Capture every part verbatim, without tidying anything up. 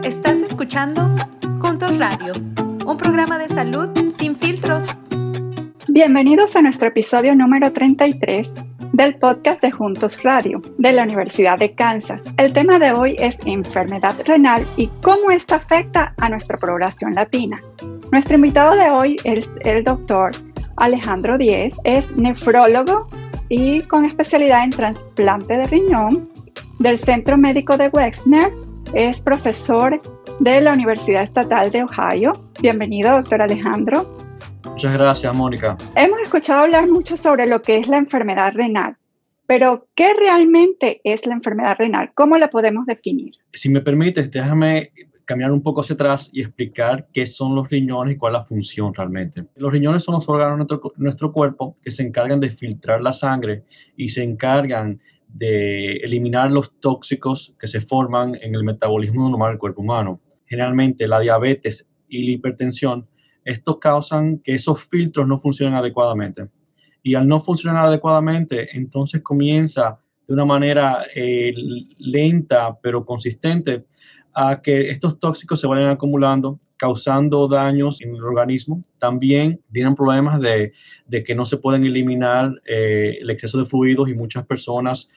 Estás escuchando Juntos Radio, un programa de salud sin filtros. Bienvenidos a nuestro episodio número treinta y tres del podcast de Juntos Radio de la Universidad de Kansas. El tema de hoy es enfermedad renal y cómo esta afecta a nuestra población latina. Nuestro invitado de hoy es el doctor Alejandro Díez, es nefrólogo y con especialidad en trasplante de riñón del Centro Médico de Wexner. Es profesor de la Universidad Estatal de Ohio. Bienvenido, doctor Alejandro. Muchas gracias, Mónica. Hemos escuchado hablar mucho sobre lo que es la enfermedad renal, pero ¿qué realmente es la enfermedad renal? ¿Cómo la podemos definir? Si me permites, déjame caminar un poco hacia atrás y explicar qué son los riñones y cuál es la función realmente. Los riñones son los órganos de nuestro, nuestro cuerpo que se encargan de filtrar la sangre y se encargan de eliminar los tóxicos que se forman en el metabolismo normal del cuerpo humano. Generalmente la diabetes y la hipertensión, estos causan que esos filtros no funcionen adecuadamente. Y al no funcionar adecuadamente, entonces comienza de una manera eh, lenta pero consistente a que estos tóxicos se vayan acumulando, causando daños en el organismo. También vienen problemas de, de que no se pueden eliminar eh, el exceso de fluidos y muchas personas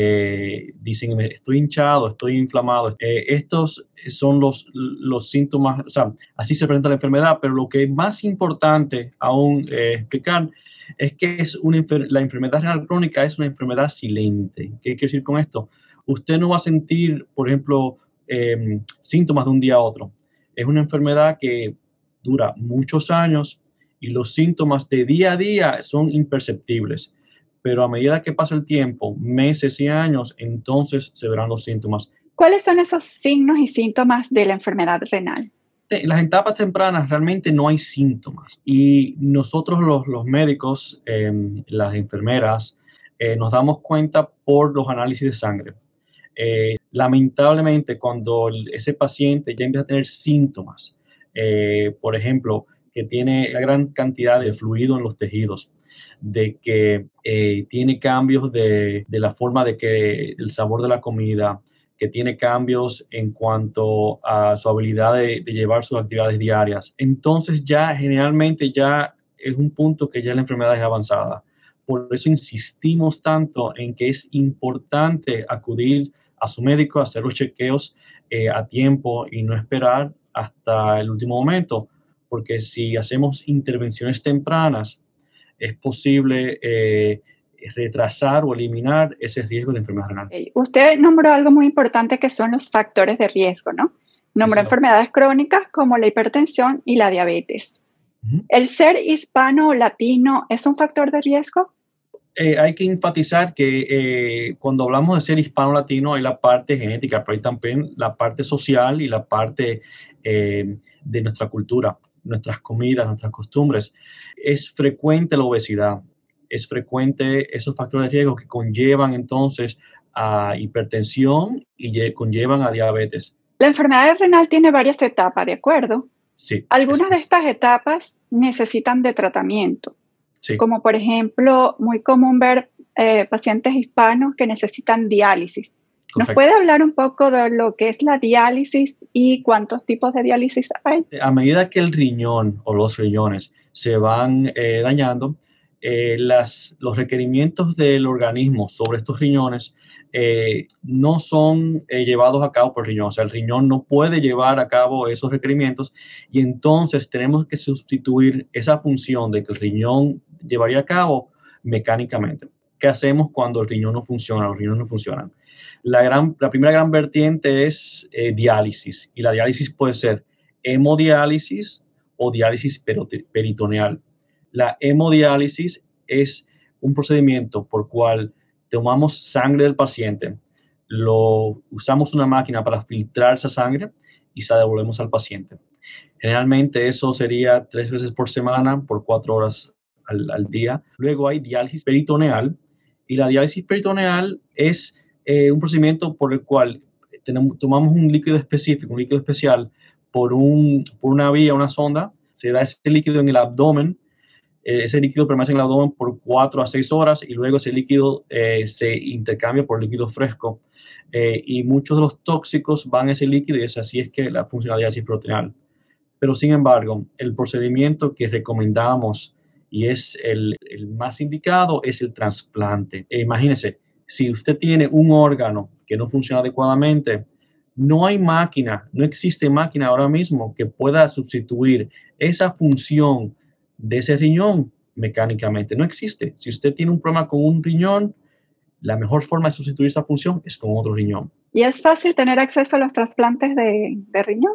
eh, dicen, estoy hinchado, estoy inflamado. Eh, estos son los, los síntomas, o sea, así se presenta la enfermedad, pero lo que es más importante aún eh, explicar es que es una, la enfermedad renal crónica es una enfermedad silente. ¿Qué quiere decir con esto? Usted no va a sentir, por ejemplo, eh, síntomas de un día a otro. Es una enfermedad que dura muchos años y los síntomas de día a día son imperceptibles. Pero a medida que pasa el tiempo, meses y años, entonces se verán los síntomas. ¿Cuáles son esos signos y síntomas de la enfermedad renal? En las etapas tempranas realmente no hay síntomas. Y nosotros los, los médicos, eh, las enfermeras, eh, nos damos cuenta por los análisis de sangre. Eh, lamentablemente, cuando ese paciente ya empieza a tener síntomas, eh, por ejemplo, que tiene una gran cantidad de fluido en los tejidos, de que eh, tiene cambios de, de la forma de que el sabor de la comida, que tiene cambios en cuanto a su habilidad de, de llevar sus actividades diarias, entonces ya generalmente ya es un punto que ya la enfermedad es avanzada. Por eso insistimos tanto en que es importante acudir a su médico, hacer los chequeos eh, a tiempo y no esperar hasta el último momento, porque si hacemos intervenciones tempranas, es posible eh, retrasar o eliminar ese riesgo de enfermedad renal. Okay. Usted nombró algo muy importante que son los factores de riesgo, ¿no? Nombró sí, enfermedades crónicas como la hipertensión y la diabetes. Uh-huh. ¿El ser hispano o latino es un factor de riesgo? Eh, hay que enfatizar que eh, cuando hablamos de ser hispano-latino hay la parte genética, pero hay también la parte social y la parte eh, de nuestra cultura, nuestras comidas, nuestras costumbres. Es frecuente la obesidad, es frecuente esos factores de riesgo que conllevan entonces a hipertensión y conllevan a diabetes. La enfermedad renal tiene varias etapas, ¿de acuerdo? Sí. Algunas de estas etapas necesitan de tratamiento. Sí. Como por ejemplo, muy común ver eh, pacientes hispanos que necesitan diálisis. ¿Nos Correcto. puede hablar un poco de lo que es la diálisis y cuántos tipos de diálisis hay? A medida que el riñón o los riñones se van eh, dañando, eh, las, los requerimientos del organismo sobre estos riñones eh, no son eh, llevados a cabo por el riñón. O sea, el riñón no puede llevar a cabo esos requerimientos y entonces tenemos que sustituir esa función de que el riñón llevaría a cabo mecánicamente. ¿Qué hacemos cuando el riñón no funciona? Los riñones no funcionan. La, gran, la primera gran vertiente es eh, diálisis, y la diálisis puede ser hemodiálisis o diálisis peritoneal. La hemodiálisis es un procedimiento por cual tomamos sangre del paciente, lo, usamos una máquina para filtrar esa sangre y se la devolvemos al paciente. Generalmente eso sería tres veces por semana, por cuatro horas al, al día. Luego hay diálisis peritoneal, y la diálisis peritoneal es Eh, un procedimiento por el cual tenemos, tomamos un líquido específico, un líquido especial, por, un, por una vía, una sonda, se da ese líquido en el abdomen, eh, ese líquido permanece en el abdomen por cuatro a seis horas y luego ese líquido eh, se intercambia por líquido fresco eh, y muchos de los tóxicos van a ese líquido y es así es que la funciona la diálisis peritoneal. Pero sin embargo, el procedimiento que recomendamos y es el, el más indicado es el trasplante. E imagínense, si usted tiene un órgano que no funciona adecuadamente, no hay máquina, no existe máquina ahora mismo que pueda sustituir esa función de ese riñón mecánicamente. No existe. Si usted tiene un problema con un riñón, la mejor forma de sustituir esa función es con otro riñón. ¿Y es fácil tener acceso a los trasplantes de, de riñón?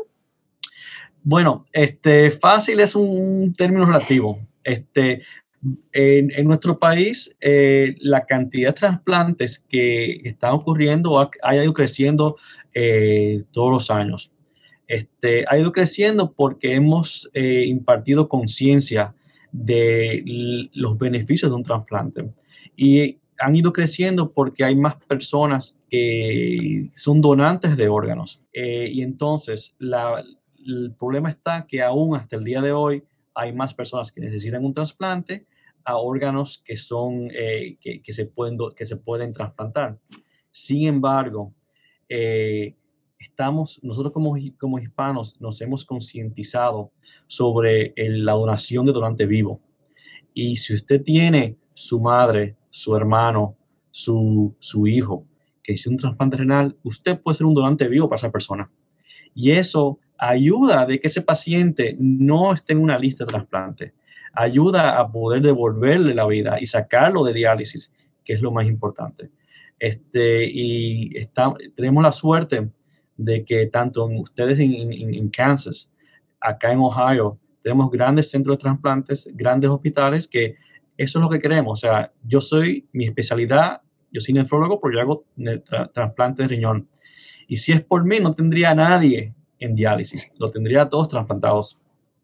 Bueno, este, fácil es un término relativo. Este, en, en nuestro país, eh, la cantidad de trasplantes que están ocurriendo ha, ha ido creciendo eh, todos los años. Este, ha ido creciendo porque hemos eh, impartido conciencia de los beneficios de un trasplante. Y han ido creciendo porque hay más personas que son donantes de órganos. Eh, y entonces, la, el problema está que aún hasta el día de hoy hay más personas que necesitan un trasplante a órganos que, son, eh, que, que, se, pueden, que se pueden trasplantar. Sin embargo, eh, estamos, nosotros como, como hispanos nos hemos concientizado sobre el, la donación de donante vivo. Y si usted tiene su madre, su hermano, su, su hijo que hizo un trasplante renal, usted puede ser un donante vivo para esa persona. Y eso ayuda a que ese paciente no esté en una lista de trasplante. Ayuda a poder devolverle la vida y sacarlo de diálisis, que es lo más importante. Este, y está, tenemos la suerte de que tanto ustedes en, en, en Kansas, acá en Ohio, tenemos grandes centros de trasplantes, grandes hospitales, que eso es lo que queremos. O sea, yo soy, mi especialidad, yo soy nefrólogo, pero yo hago tra trasplante de riñón. Y si es por mí, no tendría a nadie en diálisis, lo tendría a todos trasplantados.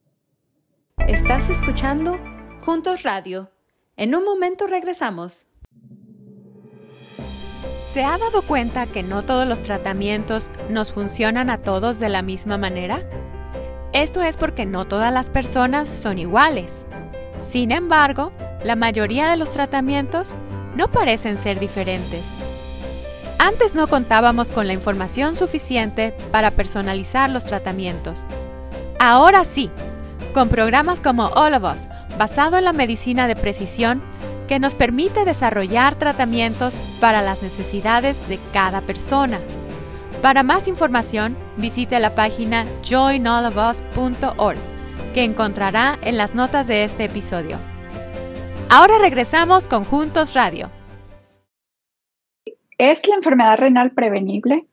Estás escuchando Juntos Radio. En un momento regresamos. ¿Se ha dado cuenta que no todos los tratamientos nos funcionan a todos de la misma manera? Esto es porque no todas las personas son iguales. Sin embargo, la mayoría de los tratamientos no parecen ser diferentes. Antes no contábamos con la información suficiente para personalizar los tratamientos. Ahora sí, con programas como All of Us, basado en la medicina de precisión, que nos permite desarrollar tratamientos para las necesidades de cada persona. Para más información, visite la página join all of us punto org, que encontrará en las notas de este episodio. Ahora regresamos con Juntos Radio. ¿Es la enfermedad renal prevenible?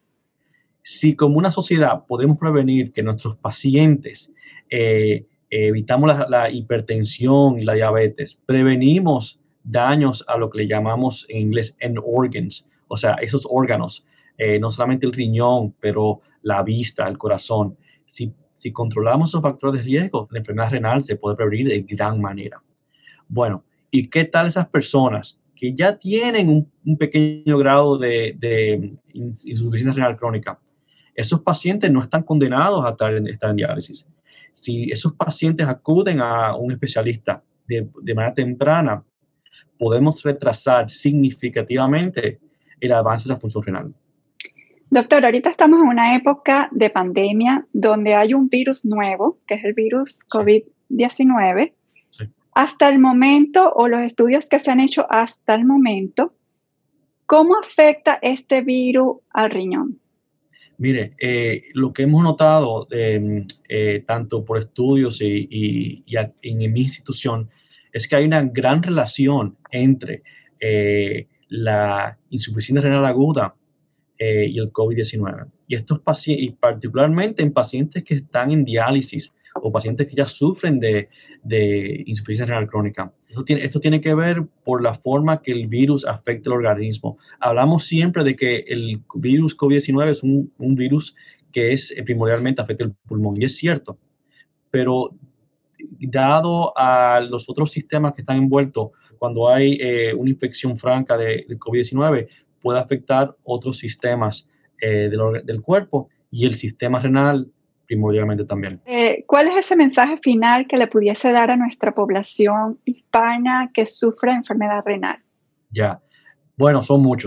Si como una sociedad podemos prevenir que nuestros pacientes eh, evitamos la, la hipertensión y la diabetes, prevenimos daños a lo que le llamamos en inglés end organs, o sea, esos órganos, eh, no solamente el riñón, pero la vista, el corazón. Si, si controlamos esos factores de riesgo, la enfermedad renal se puede prevenir de gran manera. Bueno, ¿y qué tal esas personas que ya tienen un, un pequeño grado de, de insuficiencia renal crónica? Esos pacientes no están condenados a estar en, estar en diálisis. Si esos pacientes acuden a un especialista de, de manera temprana, podemos retrasar significativamente el avance de la función renal. Doctor, ahorita estamos en una época de pandemia donde hay un virus nuevo, que es el virus COVID diecinueve. Sí. Hasta el momento, o los estudios que se han hecho hasta el momento, ¿cómo afecta este virus al riñón? Mire, eh, lo que hemos notado, eh, eh, tanto por estudios y, y, y en mi institución, es que hay una gran relación entre eh, la insuficiencia renal aguda eh, y el COVID diecinueve. Y estos pacientes, y particularmente en pacientes que están en diálisis o pacientes que ya sufren de, de insuficiencia renal crónica. Esto tiene, esto tiene que ver por la forma que el virus afecta el organismo. Hablamos siempre de que el virus COVID diecinueve es un, un virus que es eh, primordialmente afecta el pulmón, y es cierto, pero dado a los otros sistemas que están envueltos, cuando hay eh, una infección franca de, de COVID diecinueve, puede afectar otros sistemas eh, del, del cuerpo y el sistema renal primordialmente también. Eh, ¿Cuál es ese mensaje final que le pudiese dar a nuestra población hispana que sufre enfermedad renal? Ya, bueno, son muchos.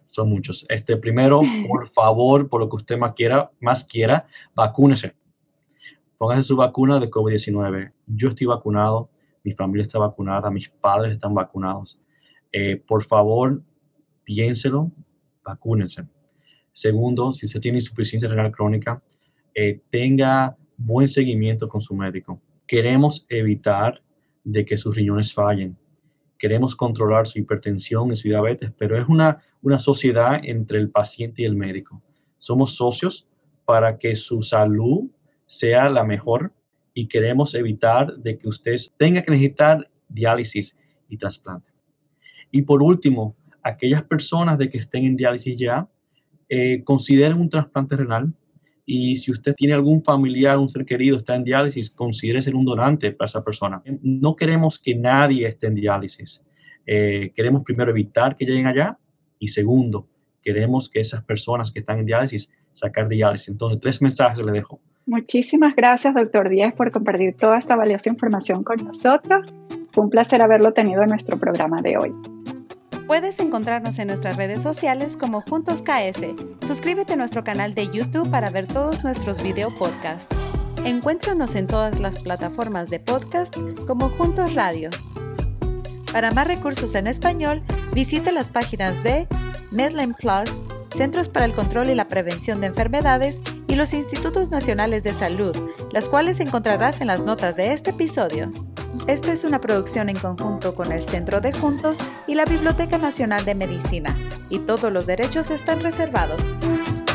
son muchos. Este, primero, por favor, por lo que usted más quiera, más quiera, vacúnese. Póngase su vacuna de COVID diecinueve. Yo estoy vacunado, mi familia está vacunada, mis padres están vacunados. Eh, por favor, piénselo, vacúnense. Segundo, si usted tiene insuficiencia renal crónica, eh, tenga buen seguimiento con su médico. Queremos evitar de que sus riñones fallen. Queremos controlar su hipertensión y su diabetes, pero es una, una sociedad entre el paciente y el médico. Somos socios para que su salud sea la mejor y queremos evitar de que usted tenga que necesitar diálisis y trasplante. Y por último, aquellas personas de que estén en diálisis ya, eh, consideren un trasplante renal. Y si usted tiene algún familiar, un ser querido, está en diálisis, considere ser un donante para esa persona. No queremos que nadie esté en diálisis. Eh, queremos primero evitar que lleguen allá y segundo, queremos que esas personas que están en diálisis sacar diálisis. Entonces, tres mensajes le dejo. Muchísimas gracias, doctor Díaz, por compartir toda esta valiosa información con nosotros. Fue un placer haberlo tenido en nuestro programa de hoy. Puedes encontrarnos en nuestras redes sociales como Juntos K S. Suscríbete a nuestro canal de YouTube para ver todos nuestros video podcasts. Encuéntranos en todas las plataformas de podcast como Juntos Radio. Para más recursos en español, visite las páginas de Medline Plus, Centros para el Control y la Prevención de Enfermedades y los Institutos Nacionales de Salud, las cuales encontrarás en las notas de este episodio. Esta es una producción en conjunto con el Centro de Juntos y la Biblioteca Nacional de Medicina, y todos los derechos están reservados.